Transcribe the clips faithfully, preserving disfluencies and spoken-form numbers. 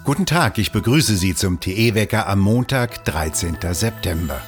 Guten Tag, ich begrüße Sie zum T E-Wecker am Montag, dreizehnten September.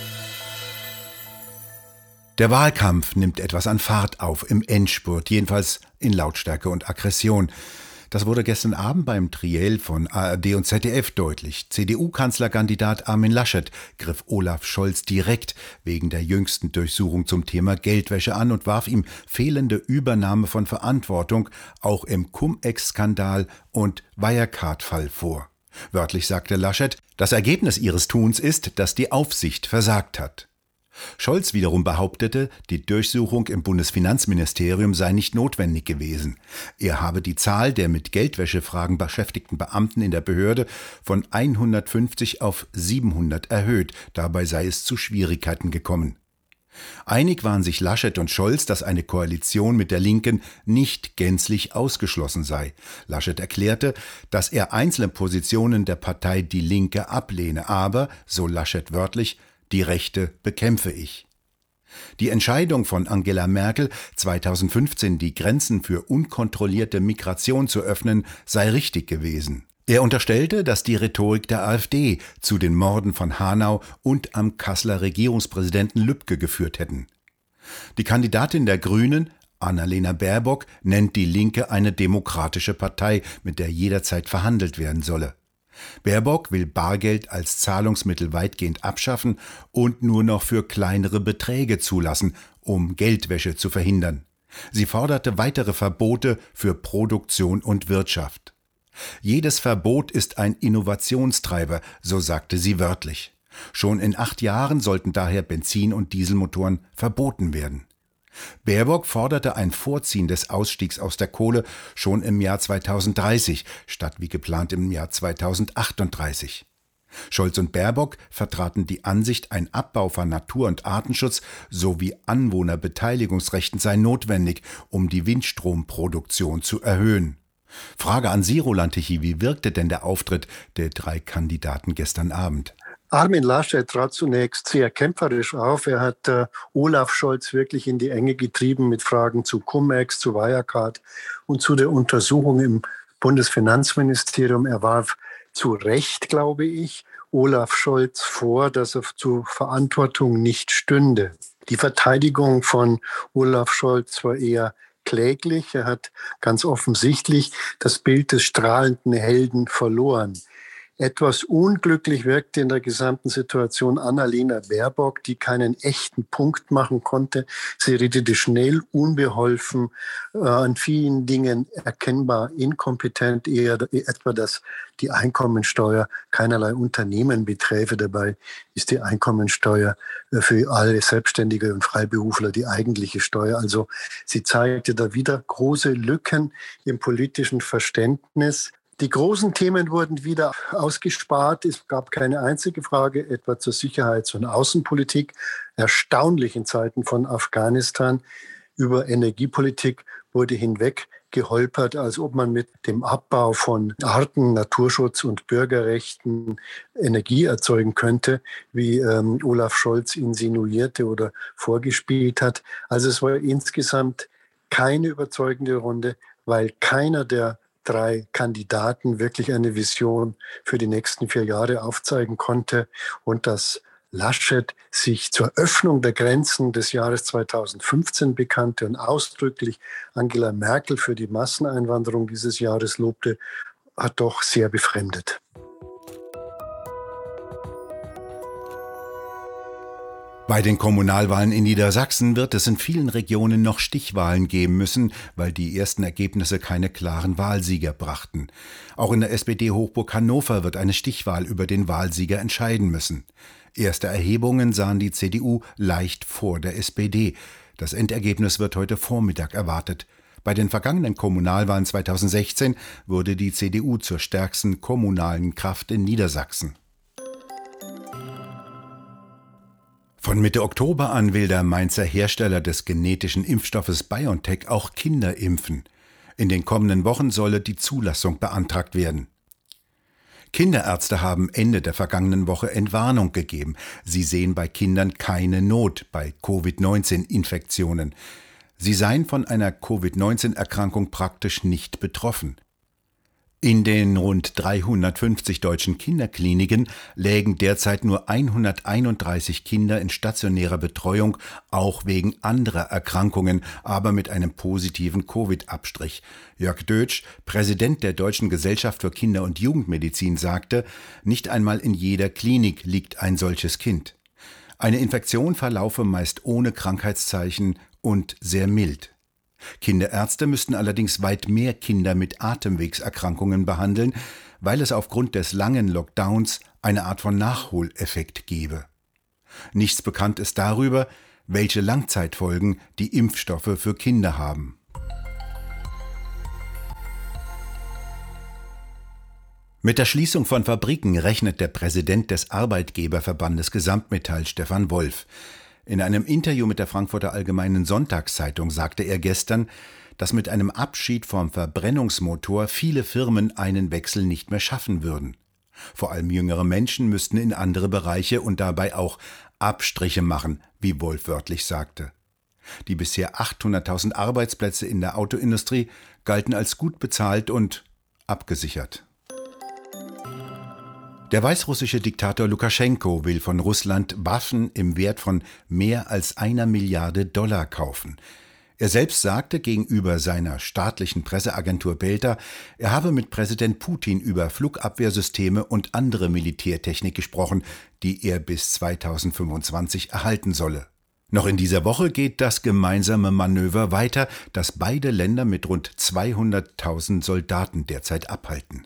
Der Wahlkampf nimmt etwas an Fahrt auf im Endspurt, jedenfalls in Lautstärke und Aggression. Das wurde gestern Abend beim Triell von A R D und Z D F deutlich. C D U-Kanzlerkandidat Armin Laschet griff Olaf Scholz direkt wegen der jüngsten Durchsuchung zum Thema Geldwäsche an und warf ihm fehlende Übernahme von Verantwortung auch im Cum-Ex-Skandal und Wirecard-Fall vor. Wörtlich sagte Laschet, das Ergebnis ihres Tuns ist, dass die Aufsicht versagt hat. Scholz wiederum behauptete, die Durchsuchung im Bundesfinanzministerium sei nicht notwendig gewesen. Er habe die Zahl der mit Geldwäschefragen beschäftigten Beamten in der Behörde von hundertfünfzig auf siebenhundert erhöht. Dabei sei es zu Schwierigkeiten gekommen. Einig waren sich Laschet und Scholz, dass eine Koalition mit der Linken nicht gänzlich ausgeschlossen sei. Laschet erklärte, dass er einzelne Positionen der Partei Die Linke ablehne, aber, so Laschet wörtlich, die Rechte bekämpfe ich. Die Entscheidung von Angela Merkel, zweitausendfünfzehn die Grenzen für unkontrollierte Migration zu öffnen, sei richtig gewesen. Er unterstellte, dass die Rhetorik der AfD zu den Morden von Hanau und am Kasseler Regierungspräsidenten Lübcke geführt hätten. Die Kandidatin der Grünen, Annalena Baerbock, nennt die Linke eine demokratische Partei, mit der jederzeit verhandelt werden solle. Baerbock will Bargeld als Zahlungsmittel weitgehend abschaffen und nur noch für kleinere Beträge zulassen, um Geldwäsche zu verhindern. Sie forderte weitere Verbote für Produktion und Wirtschaft. Jedes Verbot ist ein Innovationstreiber, so sagte sie wörtlich. Schon in acht Jahren sollten daher Benzin- und Dieselmotoren verboten werden. Baerbock forderte ein Vorziehen des Ausstiegs aus der Kohle schon im Jahr zweitausenddreißig, statt wie geplant im Jahr zweitausendachtunddreißig. Scholz und Baerbock vertraten die Ansicht, ein Abbau von Natur- und Artenschutz sowie Anwohnerbeteiligungsrechten sei notwendig, um die Windstromproduktion zu erhöhen. Frage an Sie, Roland Tichy, wie wirkte denn der Auftritt der drei Kandidaten gestern Abend? Armin Laschet trat zunächst sehr kämpferisch auf. Er hat äh, Olaf Scholz wirklich in die Enge getrieben mit Fragen zu Cum-Ex, zu Wirecard und zu der Untersuchung im Bundesfinanzministerium. Er warf zu Recht, glaube ich, Olaf Scholz vor, dass er zur Verantwortung nicht stünde. Die Verteidigung von Olaf Scholz war eher kläglich. Er hat ganz offensichtlich das Bild des strahlenden Helden verloren. Etwas unglücklich wirkte in der gesamten Situation Annalena Baerbock, die keinen echten Punkt machen konnte. Sie redete schnell, unbeholfen, äh, an vielen Dingen erkennbar inkompetent, eher etwa, dass die Einkommensteuer keinerlei Unternehmen beträfe. Dabei ist die Einkommensteuer für alle Selbstständige und Freiberufler die eigentliche Steuer. Also sie zeigte da wieder große Lücken im politischen Verständnis. Die großen Themen wurden wieder ausgespart. Es gab keine einzige Frage, etwa zur Sicherheits- und Außenpolitik. Erstaunlich in Zeiten von Afghanistan. Über Energiepolitik wurde hinweg geholpert, als ob man mit dem Abbau von Arten, Naturschutz und Bürgerrechten Energie erzeugen könnte, wie ähm, Olaf Scholz insinuierte oder vorgespielt hat. Also es war insgesamt keine überzeugende Runde, weil keiner der drei Kandidaten wirklich eine Vision für die nächsten vier Jahre aufzeigen konnte und dass Laschet sich zur Öffnung der Grenzen des Jahres zweitausendfünfzehn bekannte und ausdrücklich Angela Merkel für die Masseneinwanderung dieses Jahres lobte, hat doch sehr befremdet. Bei den Kommunalwahlen in Niedersachsen wird es in vielen Regionen noch Stichwahlen geben müssen, weil die ersten Ergebnisse keine klaren Wahlsieger brachten. Auch in der S P D-Hochburg Hannover wird eine Stichwahl über den Wahlsieger entscheiden müssen. Erste Erhebungen sahen die C D U leicht vor der S P D. Das Endergebnis wird heute Vormittag erwartet. Bei den vergangenen Kommunalwahlen zweitausendsechzehn wurde die C D U zur stärksten kommunalen Kraft in Niedersachsen. Von Mitte Oktober an will der Mainzer Hersteller des genetischen Impfstoffes BioNTech auch Kinder impfen. In den kommenden Wochen solle die Zulassung beantragt werden. Kinderärzte haben Ende der vergangenen Woche Entwarnung gegeben. Sie sehen bei Kindern keine Not bei Covid neunzehn Infektionen. Sie seien von einer Covid neunzehn Erkrankung praktisch nicht betroffen. In den rund dreihundertfünfzig deutschen Kinderkliniken lägen derzeit nur hunderteinunddreißig Kinder in stationärer Betreuung, auch wegen anderer Erkrankungen, aber mit einem positiven Covid-Abstrich. Jörg Dötsch, Präsident der Deutschen Gesellschaft für Kinder- und Jugendmedizin, sagte, nicht einmal in jeder Klinik liegt ein solches Kind. Eine Infektion verlaufe meist ohne Krankheitszeichen und sehr mild. Kinderärzte müssten allerdings weit mehr Kinder mit Atemwegserkrankungen behandeln, weil es aufgrund des langen Lockdowns eine Art von Nachholeffekt gebe. Nichts bekannt ist darüber, welche Langzeitfolgen die Impfstoffe für Kinder haben. Mit der Schließung von Fabriken rechnet der Präsident des Arbeitgeberverbandes Gesamtmetall, Stefan Wolf. In einem Interview mit der Frankfurter Allgemeinen Sonntagszeitung sagte er gestern, dass mit einem Abschied vom Verbrennungsmotor viele Firmen einen Wechsel nicht mehr schaffen würden. Vor allem jüngere Menschen müssten in andere Bereiche und dabei auch Abstriche machen, wie Wolf wörtlich sagte. Die bisher achthunderttausend Arbeitsplätze in der Autoindustrie galten als gut bezahlt und abgesichert. Der weißrussische Diktator Lukaschenko will von Russland Waffen im Wert von mehr als einer Milliarde Dollar kaufen. Er selbst sagte gegenüber seiner staatlichen Presseagentur Belta, er habe mit Präsident Putin über Flugabwehrsysteme und andere Militärtechnik gesprochen, die er bis zweitausendfünfundzwanzig erhalten solle. Noch in dieser Woche geht das gemeinsame Manöver weiter, das beide Länder mit rund zweihunderttausend Soldaten derzeit abhalten.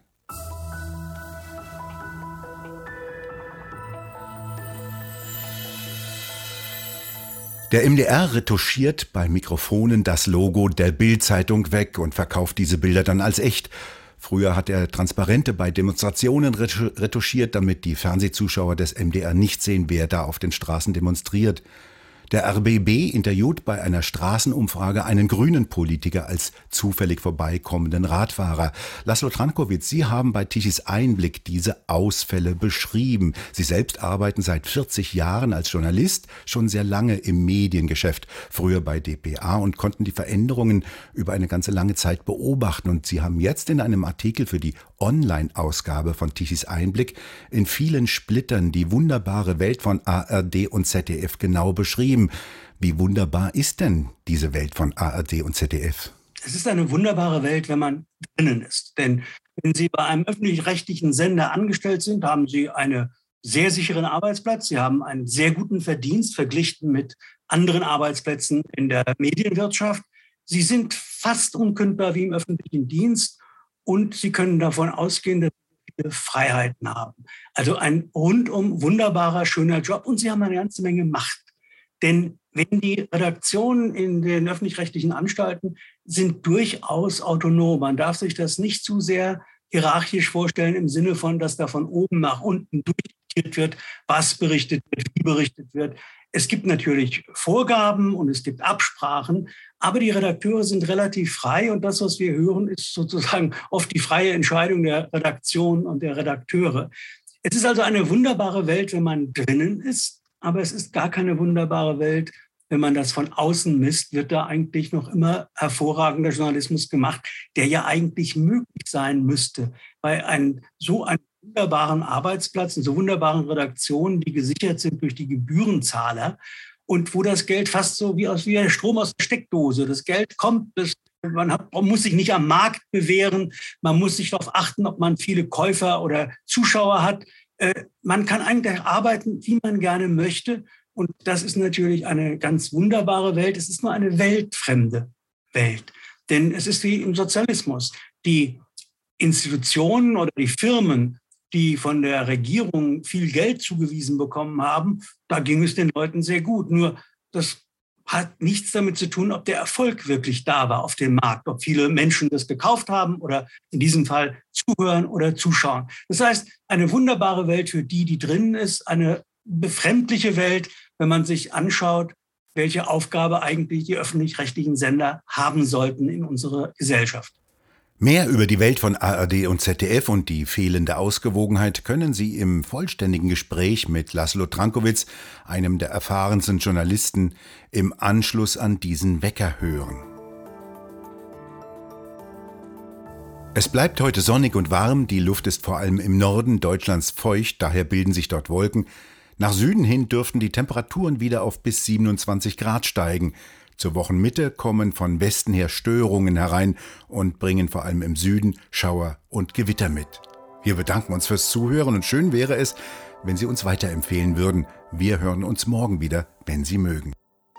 Der M D R retuschiert bei Mikrofonen das Logo der Bild-Zeitung weg und verkauft diese Bilder dann als echt. Früher hat er Transparente bei Demonstrationen retuschiert, damit die Fernsehzuschauer des M D R nicht sehen, wer da auf den Straßen demonstriert. Der R B B interviewt bei einer Straßenumfrage einen grünen Politiker als zufällig vorbeikommenden Radfahrer. Laszlo Trankowitz, Sie haben bei Tichys Einblick diese Ausfälle beschrieben. Sie selbst arbeiten seit vierzig Jahren als Journalist, schon sehr lange im Mediengeschäft, früher bei d p a und konnten die Veränderungen über eine ganze lange Zeit beobachten. Und Sie haben jetzt in einem Artikel für die Online-Ausgabe von Tichys Einblick in vielen Splittern die wunderbare Welt von A R D und Z D F genau beschrieben. Wie wunderbar ist denn diese Welt von A R D und Z D F? Es ist eine wunderbare Welt, wenn man drinnen ist. Denn wenn Sie bei einem öffentlich-rechtlichen Sender angestellt sind, haben Sie einen sehr sicheren Arbeitsplatz. Sie haben einen sehr guten Verdienst verglichen mit anderen Arbeitsplätzen in der Medienwirtschaft. Sie sind fast unkündbar wie im öffentlichen Dienst und Sie können davon ausgehen, dass Sie viele Freiheiten haben. Also ein rundum wunderbarer, schöner Job und Sie haben eine ganze Menge Macht. Denn wenn die Redaktionen in den öffentlich-rechtlichen Anstalten sind durchaus autonom. Man darf sich das nicht zu sehr hierarchisch vorstellen im Sinne von, dass da von oben nach unten durchdiktiert wird, was berichtet wird, wie berichtet wird. Es gibt natürlich Vorgaben und es gibt Absprachen, aber die Redakteure sind relativ frei und das, was wir hören, ist sozusagen oft die freie Entscheidung der Redaktion und der Redakteure. Es ist also eine wunderbare Welt, wenn man drinnen ist. Aber es ist gar keine wunderbare Welt, wenn man das von außen misst, wird da eigentlich noch immer hervorragender Journalismus gemacht, der ja eigentlich möglich sein müsste. Bei einem so einem wunderbaren Arbeitsplatz, in so wunderbaren Redaktionen, die gesichert sind durch die Gebührenzahler und wo das Geld fast so wie, aus, wie der Strom aus der Steckdose. Das Geld kommt, das, man, hat, man muss sich nicht am Markt bewähren, man muss nicht darauf achten, ob man viele Käufer oder Zuschauer hat. Man kann eigentlich arbeiten, wie man gerne möchte. Und das ist natürlich eine ganz wunderbare Welt. Es ist nur eine weltfremde Welt. Denn es ist wie im Sozialismus. Die Institutionen oder die Firmen, die von der Regierung viel Geld zugewiesen bekommen haben, da ging es den Leuten sehr gut. Nur das hat nichts damit zu tun, ob der Erfolg wirklich da war auf dem Markt, ob viele Menschen das gekauft haben oder in diesem Fall zuhören oder zuschauen. Das heißt, eine wunderbare Welt für die, die drinnen ist, eine befremdliche Welt, wenn man sich anschaut, welche Aufgabe eigentlich die öffentlich-rechtlichen Sender haben sollten in unserer Gesellschaft. Mehr über die Welt von A R D und Z D F und die fehlende Ausgewogenheit können Sie im vollständigen Gespräch mit Laszlo Trankowitz, einem der erfahrensten Journalisten, im Anschluss an diesen Wecker hören. Es bleibt heute sonnig und warm, die Luft ist vor allem im Norden Deutschlands feucht, daher bilden sich dort Wolken. Nach Süden hin dürften die Temperaturen wieder auf bis siebenundzwanzig Grad steigen. Zur Wochenmitte kommen von Westen her Störungen herein und bringen vor allem im Süden Schauer und Gewitter mit. Wir bedanken uns fürs Zuhören und schön wäre es, wenn Sie uns weiterempfehlen würden. Wir hören uns morgen wieder, wenn Sie mögen.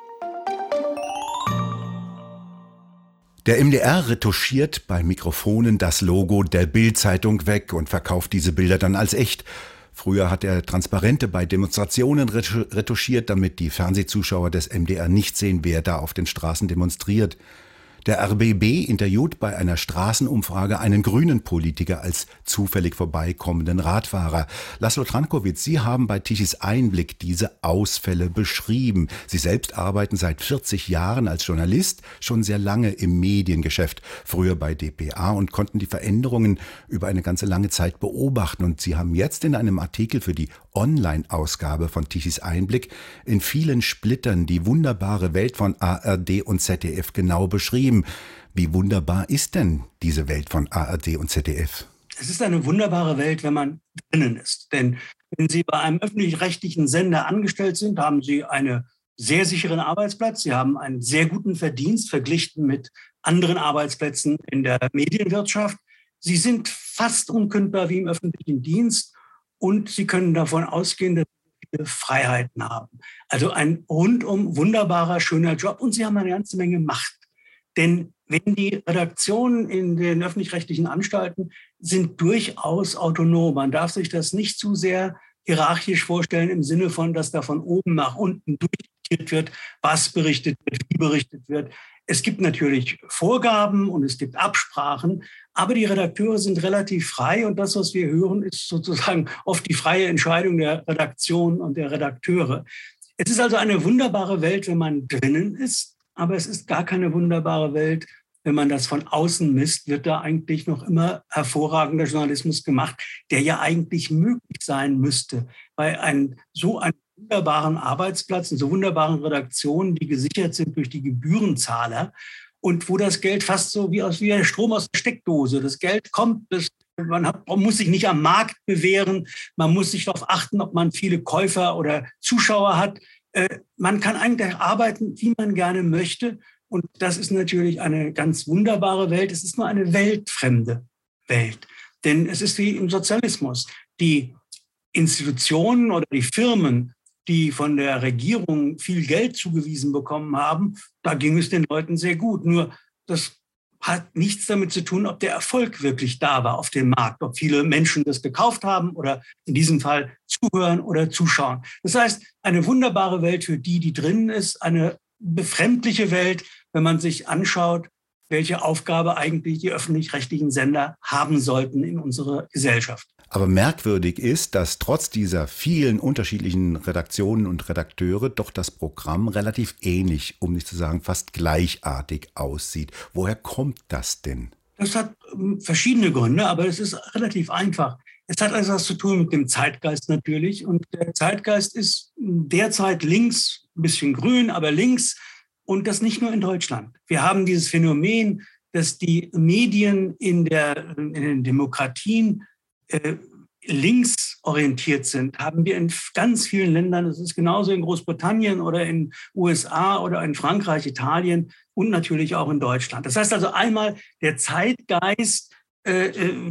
Der M D R retuschiert bei Mikrofonen das Logo der Bild-Zeitung weg und verkauft diese Bilder dann als echt. Früher hat er Transparente bei Demonstrationen retuschiert, damit die Fernsehzuschauer des M D R nicht sehen, wer da auf den Straßen demonstriert. Der R B B interviewt bei einer Straßenumfrage einen grünen Politiker als zufällig vorbeikommenden Radfahrer. Laszlo Trankowitz, Sie haben bei Tichys Einblick diese Ausfälle beschrieben. Sie selbst arbeiten seit vierzig Jahren als Journalist, schon sehr lange im Mediengeschäft, früher bei d p a und konnten die Veränderungen über eine ganze lange Zeit beobachten. Und Sie haben jetzt in einem Artikel für die Online-Ausgabe von Tichys Einblick in vielen Splittern die wunderbare Welt von A R D und Z D F genau beschrieben. Wie wunderbar ist denn diese Welt von A R D und Z D F? Es ist eine wunderbare Welt, wenn man drinnen ist. Denn wenn Sie bei einem öffentlich-rechtlichen Sender angestellt sind, haben Sie einen sehr sicheren Arbeitsplatz. Sie haben einen sehr guten Verdienst verglichen mit anderen Arbeitsplätzen in der Medienwirtschaft. Sie sind fast unkündbar wie im öffentlichen Dienst und Sie können davon ausgehen, dass Sie viele Freiheiten haben. Also ein rundum wunderbarer, schöner Job und Sie haben eine ganze Menge Macht. Denn wenn die Redaktionen in den öffentlich-rechtlichen Anstalten sind durchaus autonom. Man darf sich das nicht zu sehr hierarchisch vorstellen im Sinne von, dass da von oben nach unten durchdiktiert wird, was berichtet wird, wie berichtet wird. Es gibt natürlich Vorgaben und es gibt Absprachen, aber die Redakteure sind relativ frei und das, was wir hören, ist sozusagen oft die freie Entscheidung der Redaktion und der Redakteure. Es ist also eine wunderbare Welt, wenn man drinnen ist. Aber es ist gar keine wunderbare Welt, wenn man das von außen misst, wird da eigentlich noch immer hervorragender Journalismus gemacht, der ja eigentlich möglich sein müsste. Bei einem, so einem wunderbaren Arbeitsplatz, in so wunderbaren Redaktionen, die gesichert sind durch die Gebührenzahler und wo das Geld fast so wie, aus, wie der Strom aus der Steckdose. Das Geld kommt, das, man, hat, man muss sich nicht am Markt bewähren, man muss sich darauf achten, ob man viele Käufer oder Zuschauer hat. Man kann eigentlich arbeiten, wie man gerne möchte. Und das ist natürlich eine ganz wunderbare Welt. Es ist nur eine weltfremde Welt. Denn es ist wie im Sozialismus. Die Institutionen oder die Firmen, die von der Regierung viel Geld zugewiesen bekommen haben, da ging es den Leuten sehr gut. Nur das hat nichts damit zu tun, ob der Erfolg wirklich da war auf dem Markt, ob viele Menschen das gekauft haben oder in diesem Fall zuhören oder zuschauen. Das heißt, eine wunderbare Welt für die, die drinnen ist, eine befremdliche Welt, wenn man sich anschaut, welche Aufgabe eigentlich die öffentlich-rechtlichen Sender haben sollten in unserer Gesellschaft. Aber merkwürdig ist, dass trotz dieser vielen unterschiedlichen Redaktionen und Redakteure doch das Programm relativ ähnlich, um nicht zu sagen fast gleichartig aussieht. Woher kommt das denn? Das hat verschiedene Gründe, aber es ist relativ einfach. Es hat also was zu tun mit dem Zeitgeist natürlich. Und der Zeitgeist ist derzeit links, ein bisschen grün, aber links. Und das nicht nur in Deutschland. Wir haben dieses Phänomen, dass die Medien in, der, in den Demokratien äh, links orientiert sind, haben wir in ganz vielen Ländern. Das ist genauso in Großbritannien oder in U S A oder in Frankreich, Italien und natürlich auch in Deutschland. Das heißt also einmal, der Zeitgeist äh,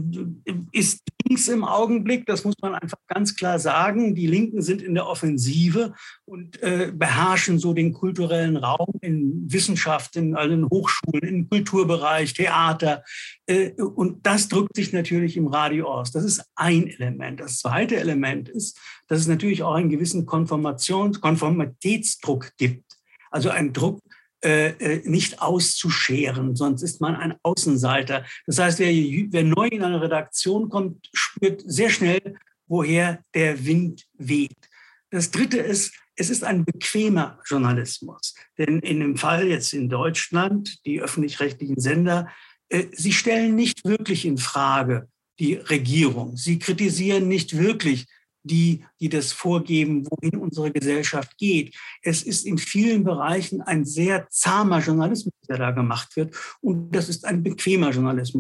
ist links im Augenblick, das muss man einfach ganz klar sagen. Die Linken sind in der Offensive und äh, beherrschen so den kulturellen Raum in Wissenschaft, in allen Hochschulen, im Kulturbereich, Theater. Äh, und das drückt sich natürlich im Radio aus. Das ist ein Element. Das zweite Element ist, dass es natürlich auch einen gewissen Konformations-, Konformitätsdruck gibt. Also ein Druck, Äh, nicht auszuscheren, sonst ist man ein Außenseiter. Das heißt, wer, wer neu in eine Redaktion kommt, spürt sehr schnell, woher der Wind weht. Das Dritte ist, es ist ein bequemer Journalismus. Denn in dem Fall jetzt in Deutschland, die öffentlich-rechtlichen Sender, äh, sie stellen nicht wirklich in Frage die Regierung. Sie kritisieren nicht wirklich die, die das vorgeben, wohin unsere Gesellschaft geht. Es ist in vielen Bereichen ein sehr zahmer Journalismus, der da gemacht wird. Und das ist ein bequemer Journalismus.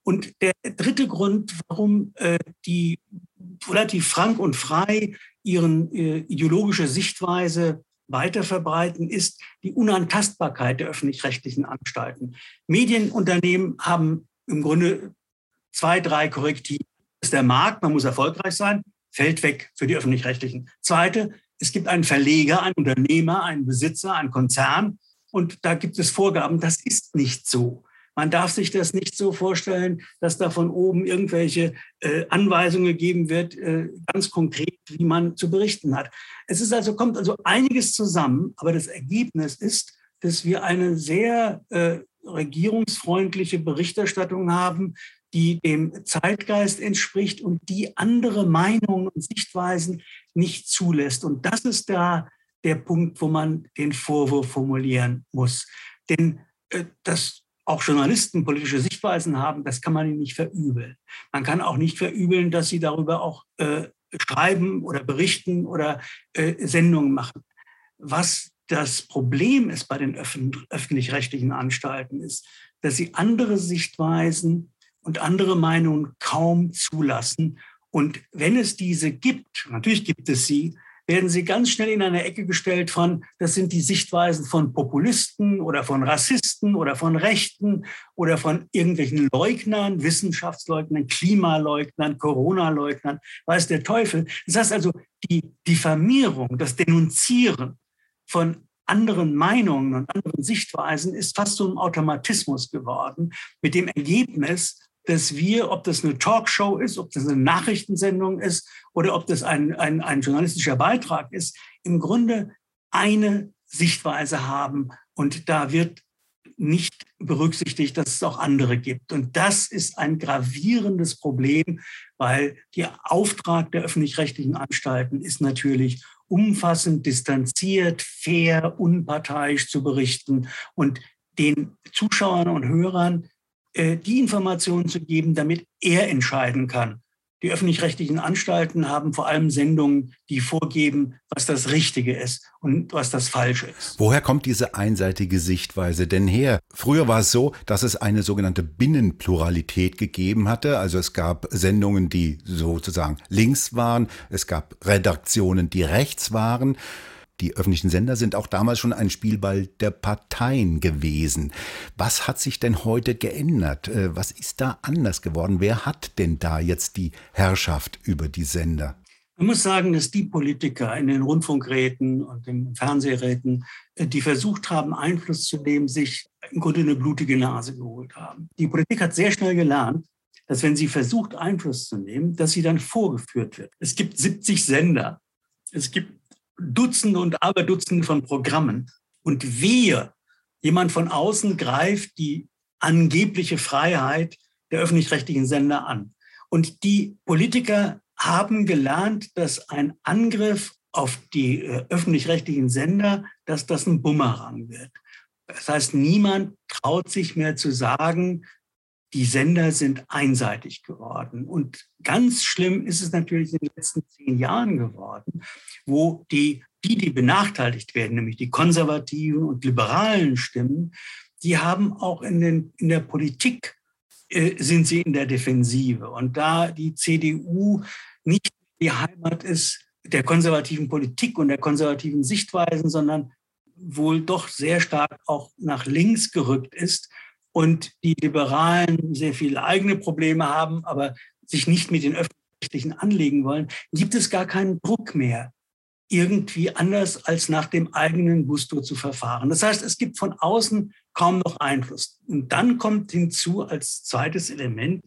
Und der dritte Grund, warum äh, die relativ frank und frei ihre äh, ideologische Sichtweise weiterverbreiten, ist die Unantastbarkeit der öffentlich-rechtlichen Anstalten. Medienunternehmen haben im Grunde zwei, drei Korrektive. Das ist der Markt, man muss erfolgreich sein, fällt weg für die öffentlich-rechtlichen. Zweite, es gibt einen Verleger, einen Unternehmer, einen Besitzer, einen Konzern und da gibt es Vorgaben, das ist nicht so. Man darf sich das nicht so vorstellen, dass da von oben irgendwelche äh, Anweisungen gegeben wird, äh, ganz konkret, wie man zu berichten hat. Es ist also, kommt also einiges zusammen, aber das Ergebnis ist, dass wir eine sehr äh, regierungsfreundliche Berichterstattung haben, die dem Zeitgeist entspricht und die andere Meinungen und Sichtweisen nicht zulässt. Und das ist da der Punkt, wo man den Vorwurf formulieren muss. Denn äh, das auch Journalisten politische Sichtweisen haben, das kann man ihnen nicht verübeln. Man kann auch nicht verübeln, dass sie darüber auch äh, schreiben oder berichten oder äh, Sendungen machen. Was das Problem ist bei den öffn- öffentlich-rechtlichen Anstalten ist, dass sie andere Sichtweisen und andere Meinungen kaum zulassen. Und wenn es diese gibt, natürlich gibt es sie, werden sie ganz schnell in eine Ecke gestellt von, das sind die Sichtweisen von Populisten oder von Rassisten oder von Rechten oder von irgendwelchen Leugnern, Wissenschaftsleugnern, Klimaleugnern, Corona-Leugnern, weiß der Teufel. Das heißt also, die Diffamierung, das Denunzieren von anderen Meinungen und anderen Sichtweisen ist fast so ein Automatismus geworden, mit dem Ergebnis, dass wir, ob das eine Talkshow ist, ob das eine Nachrichtensendung ist oder ob das ein, ein, ein journalistischer Beitrag ist, im Grunde eine Sichtweise haben. Und da wird nicht berücksichtigt, dass es auch andere gibt. Und das ist ein gravierendes Problem, weil der Auftrag der öffentlich-rechtlichen Anstalten ist natürlich, umfassend, distanziert, fair, unparteiisch zu berichten und den Zuschauern und Hörern die Informationen zu geben, damit er entscheiden kann. Die öffentlich-rechtlichen Anstalten haben vor allem Sendungen, die vorgeben, was das Richtige ist und was das Falsche ist. Woher kommt diese einseitige Sichtweise denn her? Früher war es so, dass es eine sogenannte Binnenpluralität gegeben hatte. Also es gab Sendungen, die sozusagen links waren. Es gab Redaktionen, die rechts waren. Die öffentlichen Sender sind auch damals schon ein Spielball der Parteien gewesen. Was hat sich denn heute geändert? Was ist da anders geworden? Wer hat denn da jetzt die Herrschaft über die Sender? Man muss sagen, dass die Politiker in den Rundfunkräten und den Fernsehräten, die versucht haben, Einfluss zu nehmen, sich im Grunde eine blutige Nase geholt haben. Die Politik hat sehr schnell gelernt, dass wenn sie versucht, Einfluss zu nehmen, dass sie dann vorgeführt wird. Es gibt siebzig Sender. Es gibt Dutzende und Aberdutzende von Programmen. Und wehe, jemand von außen greift die angebliche Freiheit der öffentlich-rechtlichen Sender an. Und die Politiker haben gelernt, dass ein Angriff auf die äh, öffentlich-rechtlichen Sender, dass das ein Bumerang wird. Das heißt, niemand traut sich mehr zu sagen, die Sender sind einseitig geworden. Und ganz schlimm ist es natürlich in den letzten zehn Jahren geworden, wo die, die, die benachteiligt werden, nämlich die konservativen und liberalen Stimmen, die haben auch in, den, in der Politik, äh, sind sie in der Defensive. Und da die C D U nicht die Heimat ist der konservativen Politik und der konservativen Sichtweisen, sondern wohl doch sehr stark auch nach links gerückt ist, und die Liberalen sehr viele eigene Probleme haben, aber sich nicht mit den Öffentlich-Rechtlichen anlegen wollen, gibt es gar keinen Druck mehr, irgendwie anders als nach dem eigenen Gusto zu verfahren. Das heißt, es gibt von außen kaum noch Einfluss. Und dann kommt hinzu als zweites Element,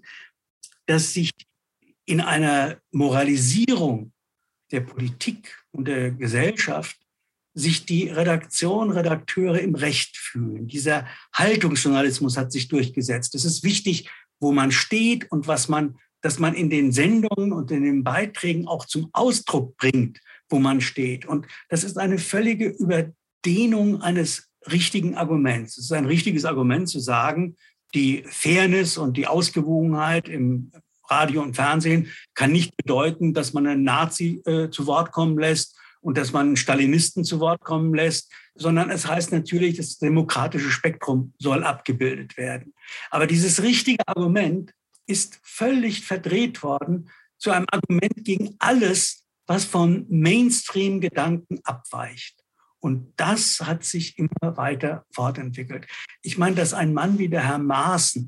dass sich in einer Moralisierung der Politik und der Gesellschaft sich die Redaktion, Redakteure im Recht fühlen. Dieser Haltungsjournalismus hat sich durchgesetzt. Es ist wichtig, wo man steht und was man, dass man in den Sendungen und in den Beiträgen auch zum Ausdruck bringt, wo man steht. Und das ist eine völlige Überdehnung eines richtigen Arguments. Es ist ein richtiges Argument zu sagen, die Fairness und die Ausgewogenheit im Radio und Fernsehen kann nicht bedeuten, dass man einen Nazi äh, zu Wort kommen lässt und dass man einen Stalinisten zu Wort kommen lässt, sondern es heißt natürlich, das demokratische Spektrum soll abgebildet werden. Aber dieses richtige Argument, ist völlig verdreht worden zu einem Argument gegen alles, was vom Mainstream-Gedanken abweicht. Und das hat sich immer weiter fortentwickelt. Ich meine, dass ein Mann wie der Herr Maaßen,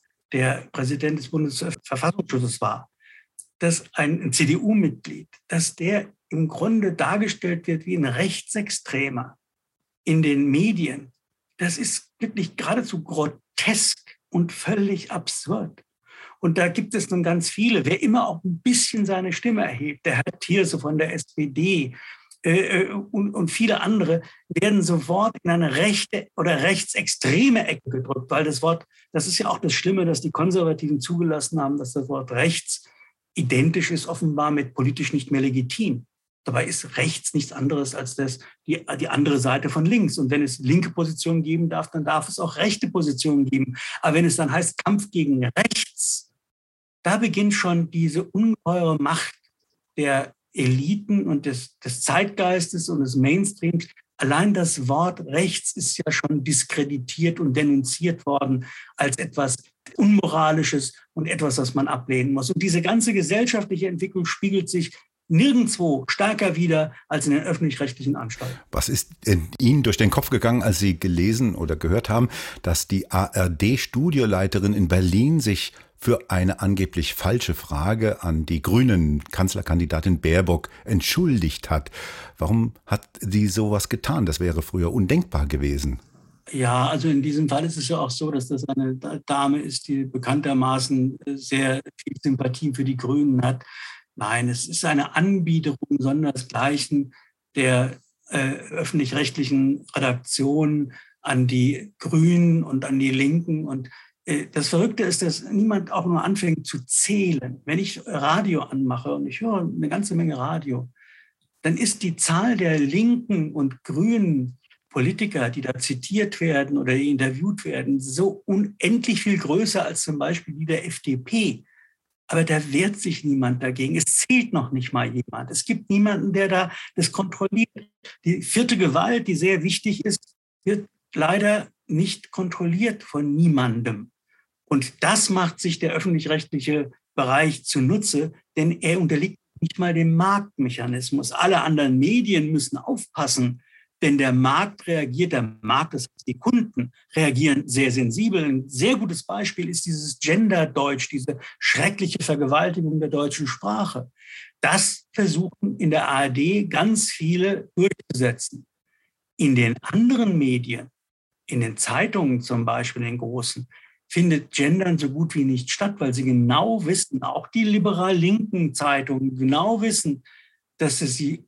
der Präsident des Bundesverfassungsschutzes war, dass ein C D U-Mitglied, dass der im Grunde dargestellt wird wie ein Rechtsextremer in den Medien, das ist wirklich geradezu grotesk und völlig absurd. Und da gibt es nun ganz viele, wer immer auch ein bisschen seine Stimme erhebt, der Herr Thierse von der S P D äh, und, und viele andere, werden sofort in eine rechte oder rechtsextreme Ecke gedrückt, weil das Wort, das ist ja auch das Schlimme, dass die Konservativen zugelassen haben, dass das Wort rechts identisch ist offenbar mit politisch nicht mehr legitim. Dabei ist rechts nichts anderes als das, die, die andere Seite von links. Und wenn es linke Positionen geben darf, dann darf es auch rechte Positionen geben. Aber wenn es dann heißt Kampf gegen rechts, da beginnt schon diese ungeheure Macht der Eliten und des, des Zeitgeistes und des Mainstreams. Allein das Wort rechts ist ja schon diskreditiert und denunziert worden als etwas Unmoralisches und etwas, das man ablehnen muss. Und diese ganze gesellschaftliche Entwicklung spiegelt sich nirgendwo stärker wider als in den öffentlich-rechtlichen Anstalten. Was ist Ihnen durch den Kopf gegangen, als Sie gelesen oder gehört haben, dass die A R D-Studioleiterin in Berlin sich für eine angeblich falsche Frage an die Grünen Kanzlerkandidatin Baerbock entschuldigt hat? Warum hat sie sowas getan? Das wäre früher undenkbar gewesen. Ja, also in diesem Fall ist es ja auch so, dass das eine Dame ist, die bekanntermaßen sehr viel Sympathie für die Grünen hat. Nein, es ist eine Anbiederung sondersgleichen der äh, öffentlich-rechtlichen Redaktionen an die Grünen und an die Linken. Und äh, das Verrückte ist, dass niemand auch nur anfängt zu zählen. Wenn ich Radio anmache und ich höre eine ganze Menge Radio, dann ist die Zahl der linken und grünen Politiker, die da zitiert werden oder die interviewt werden, so unendlich viel größer als zum Beispiel die der F D P. Aber da wehrt sich niemand dagegen. Es zählt noch nicht mal jemand. Es gibt niemanden, der da das kontrolliert. Die vierte Gewalt, die sehr wichtig ist, wird leider nicht kontrolliert von niemandem. Und das macht sich der öffentlich-rechtliche Bereich zunutze, denn er unterliegt nicht mal dem Marktmechanismus. Alle anderen Medien müssen aufpassen, denn der Markt reagiert, der Markt, das heißt die Kunden, reagieren sehr sensibel. Ein sehr gutes Beispiel ist dieses Gender-Deutsch, diese schreckliche Vergewaltigung der deutschen Sprache. Das versuchen in der A R D ganz viele durchzusetzen. In den anderen Medien, in den Zeitungen zum Beispiel, in den großen, findet Gendern so gut wie nicht statt, weil sie genau wissen, auch die liberal-linken Zeitungen genau wissen, dass sie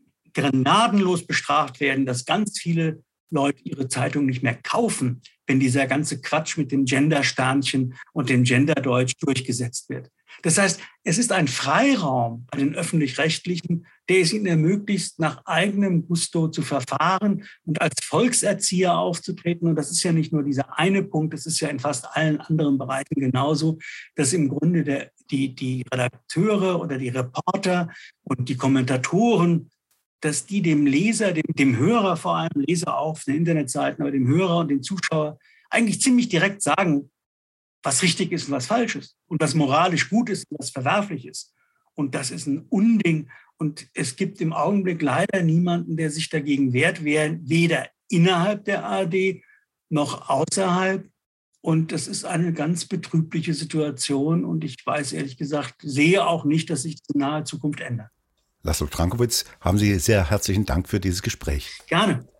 gnadenlos bestraft werden, dass ganz viele Leute ihre Zeitung nicht mehr kaufen, wenn dieser ganze Quatsch mit dem Gender-Sternchen und dem Gender-Deutsch durchgesetzt wird. Das heißt, es ist ein Freiraum bei den Öffentlich-Rechtlichen, der es ihnen ermöglicht, nach eigenem Gusto zu verfahren und als Volkserzieher aufzutreten. Und das ist ja nicht nur dieser eine Punkt, das ist ja in fast allen anderen Bereichen genauso, dass im Grunde der, die, die Redakteure oder die Reporter und die Kommentatoren, dass die dem Leser, dem, dem Hörer vor allem, Leser auch auf den Internetseiten, aber dem Hörer und dem Zuschauer eigentlich ziemlich direkt sagen, was richtig ist und was falsch ist und was moralisch gut ist und was verwerflich ist. Und das ist ein Unding. Und es gibt im Augenblick leider niemanden, der sich dagegen wehrt, weder innerhalb der A R D noch außerhalb. Und das ist eine ganz betrübliche Situation. Und ich weiß ehrlich gesagt, sehe auch nicht, dass sich das in naher Zukunft ändert. László Trankowicz, haben Sie sehr herzlichen Dank für dieses Gespräch. Gerne.